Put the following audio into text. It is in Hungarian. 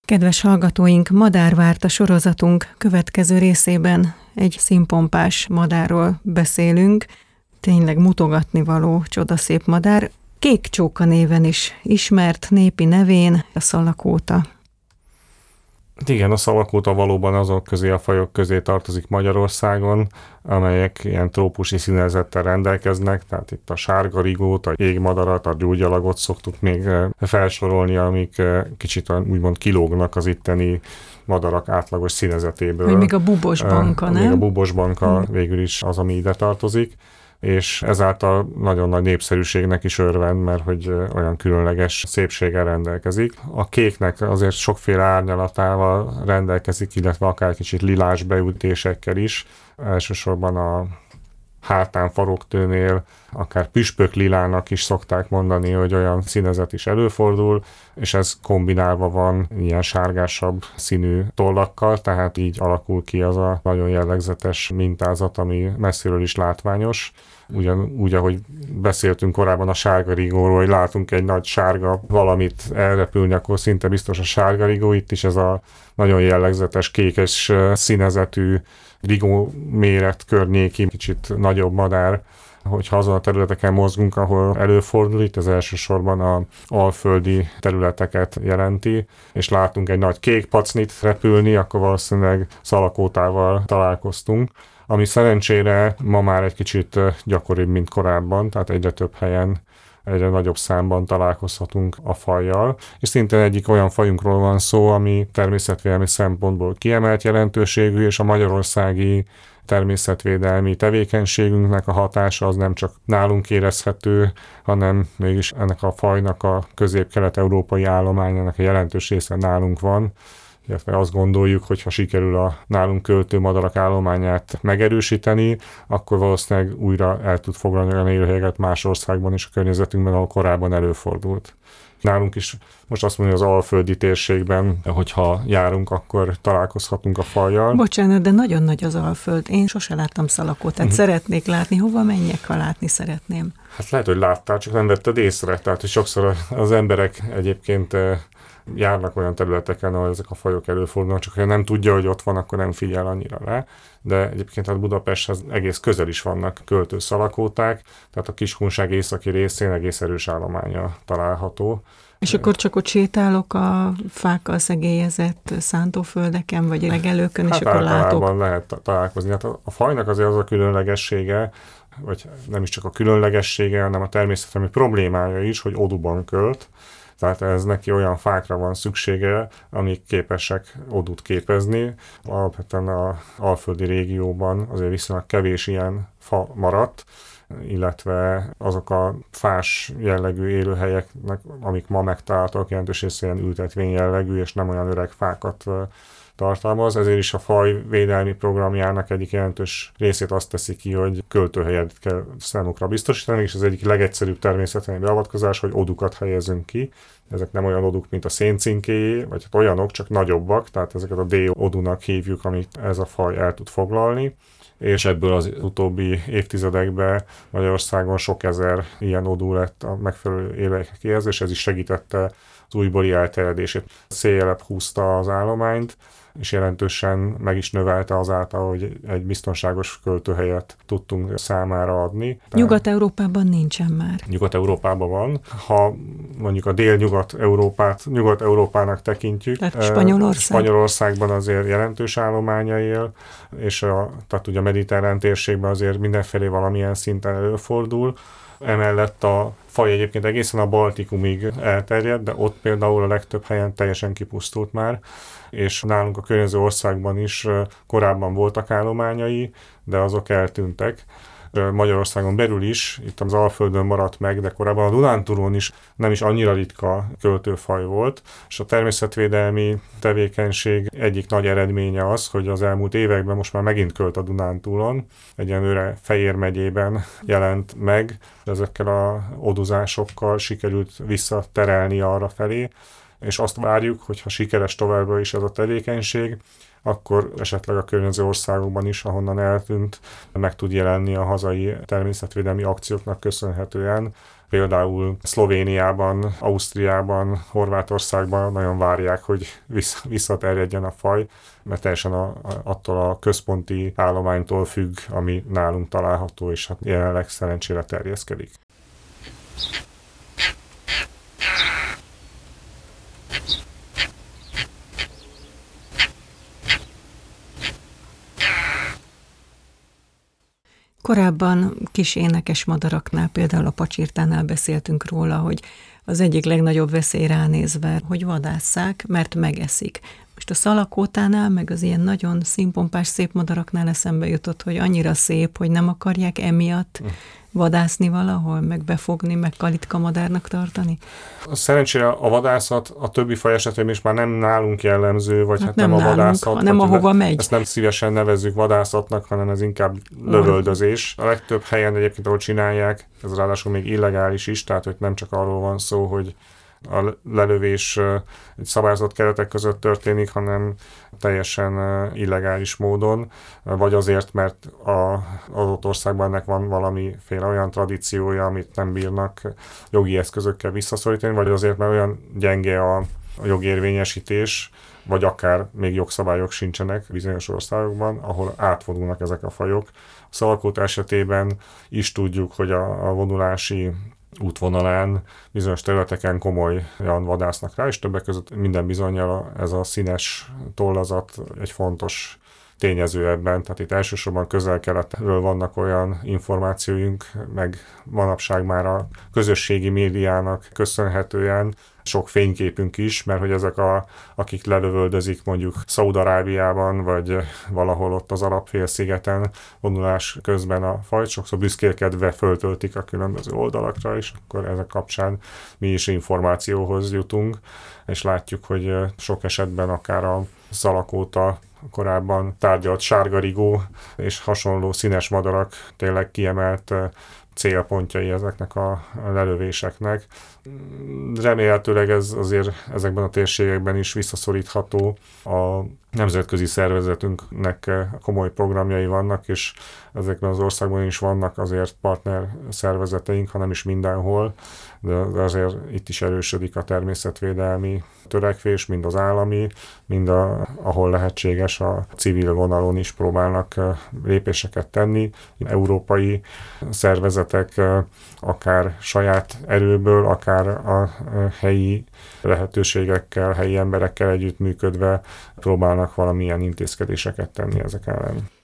Kedves hallgatóink, Madárvárt a sorozatunk következő részében egy színpompás madárról beszélünk. Tényleg mutogatnivaló csodaszép madár. Kékcsóka néven is ismert, népi nevén a szalakóta. Igen, a szalakóta valóban azok közé, a fajok közé tartozik Magyarországon, amelyek ilyen trópusi színezettel rendelkeznek, tehát itt a sárgarigót, a jégmadarat, a gyógyalagot szoktuk még felsorolni, amik kicsit úgymond kilógnak az itteni madarak átlagos színezetéből. Vagy még a bubosbanka, nem? Még a bubosbanka végül is az, ami ide tartozik, és ezáltal nagyon nagy népszerűségnek is örvend, mert hogy olyan különleges szépséggel rendelkezik. A kéknek azért sokféle árnyalatával rendelkezik, illetve akár kicsit lilás beütésekkel is. Elsősorban a hátán faroknőnél, akár püspök lilának is szokták mondani, hogy olyan színezet is előfordul, és ez kombinálva van ilyen sárgásabb színű tollakkal, tehát így alakul ki az a nagyon jellegzetes mintázat, ami messziről is látványos. Ugyanúgy, ahogy beszéltünk korábban a sárgarigóról, hogy látunk egy nagy sárga valamit elrepülni, akkor szinte biztos a sárgarigó, itt is ez a nagyon jellegzetes kékes színezetű rigó méret környéki, kicsit nagyobb madár, hogyha azon a területeken mozgunk, ahol előfordul, itt az elsősorban az alföldi területeket jelenti, és látunk egy nagy kék pacnit repülni, akkor valószínűleg szalakótával találkoztunk, ami szerencsére ma már egy kicsit gyakoribb, mint korábban, tehát egyre több helyen, egyre nagyobb számban találkozhatunk a fajjal, és szintén egyik olyan fajunkról van szó, ami természetvédelmi szempontból kiemelt jelentőségű, és a magyarországi természetvédelmi tevékenységünknek a hatása az nem csak nálunk érezhető, hanem mégis ennek a fajnak a közép-kelet-európai állományának a jelentős része nálunk van, illetve azt gondoljuk, hogy ha sikerül a nálunk költő madarak állományát megerősíteni, akkor valószínűleg újra el tud foglalni olyan élőhelyeket más országban is a környezetünkben, ahol korábban előfordult. Nálunk is most azt mondja, az alföldi térségben, hogyha járunk, akkor találkozhatunk a fajjal. Bocsánat, de nagyon nagy az Alföld. Én sose láttam szalakótát, szeretnék látni. Hova menjek, ha látni szeretném? Hát lehet, hogy láttál, csak nem vetted észre. Tehát, hogy sokszor az emberek egyébként járnak olyan területeken, ahol ezek a fajok előfordulnak, csak ha nem tudja, hogy ott van, akkor nem figyel annyira rá. De egyébként hát Budapesthez egész közel is vannak költő szalakóták, tehát a Kiskunság északi részén egész erős állománya található. És akkor csak ott sétálok a fákkal szegélyezett szántóföldeken, vagy legelőkön, és akkor látok? Hát lehet találkozni. Hát a fajnak azért az a különlegessége, vagy nem is csak a különlegessége, hanem a természetemi problémája is, hogy odúban költ. Tehát ez neki olyan fákra van szüksége, amik képesek odút képezni. Alapvetően az alföldi régióban azért viszonylag kevés ilyen fa maradt, illetve azok a fás jellegű élőhelyeknek, amik ma megtaláltak, jelentős részén ültetvény jellegű, és nem olyan öreg fákat tartalmaz, ezért is a fajvédelmi programjának egyik jelentős részét azt teszi ki, hogy költőhelyet kell számukra biztosítani, és az egyik legegyszerűbb természetesen beavatkozás, hogy odukat helyezünk ki. Ezek nem olyan oduk, mint a széncinkéjé, vagy hát olyanok, csak nagyobbak, tehát ezeket a D-odunak hívjuk, amit ez a faj el tud foglalni, és ebből az utóbbi évtizedekben Magyarországon sok ezer ilyen odú lett a megfelelő élőhelyekhez, és ez is segítette az újbóli elterjedését. Széljebb húzta az állományt, és jelentősen meg is növelte azáltal, hogy egy biztonságos költőhelyet tudtunk számára adni. Nyugat-Európában nincsen már. Nyugat-Európában van. Ha mondjuk a dél-nyugat-európát Nyugat-Európának tekintjük, Spanyolországban azért jelentős állománya él, és tehát ugye a mediterrán térségben azért mindenfelé valamilyen szinten előfordul. Emellett a faj egyébként egészen a Baltikumig elterjedt, de ott például a legtöbb helyen teljesen kipusztult már, és nálunk a környező országban is korábban voltak állományai, de azok eltűntek. Magyarországon belül is, itt az Alföldön maradt meg, de korábban a Dunántúlon is nem is annyira ritka költőfaj volt, és a természetvédelmi tevékenység egyik nagy eredménye az, hogy az elmúlt években most már megint költ a Dunántúlon, egyenlőre Fejér megyében jelent meg, ezekkel a oduzásokkal sikerült visszaterelni arra felé, és azt várjuk, hogy ha sikeres továbbra is ez a tevékenység, akkor esetleg a környező országokban is, ahonnan eltűnt, meg tud jelenni a hazai természetvédelmi akcióknak köszönhetően Például Szlovéniában, Ausztriában, Horvátországban nagyon várják, hogy visszaterjedjen a faj, mert teljesen attól a központi állománytól függ, ami nálunk található, és hát jelenleg szerencsére terjeszkedik. Korábban kis énekes madaraknál, például a pacsirtánál beszéltünk róla, hogy az egyik legnagyobb veszély ránézve, hogy vadásszák, mert megeszik. Most a szalakótánál, meg az ilyen nagyon színpompás szép madaraknál eszembe jutott, hogy annyira szép, hogy nem akarják emiatt vadászni valahol, meg befogni, meg kalitkamadárnak tartani? Szerencsére a vadászat a többi faj esetében is már nem nálunk jellemző, vagy hát nem a nálunk, vadászat, hanem ahova megy. Ezt nem szívesen nevezzük vadászatnak, hanem ez inkább lövöldözés. A legtöbb helyen egyébként, ahol csinálják, ez ráadásul még illegális is, tehát hogy nem csak arról van szó, hogy a lelövés egy szabályozott keretek között történik, hanem teljesen illegális módon, vagy azért, mert az adott országban ennek van valamiféle olyan tradíciója, amit nem bírnak jogi eszközökkel visszaszorítani, vagy azért, mert olyan gyenge a jogérvényesítés, vagy akár még jogszabályok sincsenek bizonyos országokban, ahol átvonulnak ezek a fajok. A szalakóta esetében is tudjuk, hogy a vonulási útvonalán bizonyos területeken komolyan vadásznak rá, és többek között minden bizonnyal ez a színes tollazat egy fontos tényező ebben, tehát itt elsősorban Közel-Keletről vannak olyan információink, meg manapság már a közösségi médiának köszönhetően sok fényképünk is, mert hogy ezek akik lelövöldözik mondjuk Szaúd-Arábiában, vagy valahol ott az Arab-félszigeten vonulás közben a fajt, sokszor büszkélkedve föltöltik a különböző oldalakra, és akkor ezek kapcsán mi is információhoz jutunk, és látjuk, hogy sok esetben akár a szalakóta, korábban tárgyalt sárgarigó és hasonló színes madarak tényleg kiemelt célpontjai ezeknek a lelövéseknek. Remélhetőleg ez azért ezekben a térségekben is visszaszorítható. A nemzetközi szervezetünknek komoly programjai vannak, és ezekben az országban is vannak azért partner szervezeteink, hanem is mindenhol, de azért itt is erősödik a természetvédelmi törekvés, mind az állami, mind ahol lehetséges a civil vonalon is próbálnak lépéseket tenni. Európai szervezetek akár saját erőből, akár a helyi lehetőségekkel, helyi emberekkel együttműködve próbálnak valamilyen intézkedéseket tenni ezek ellen.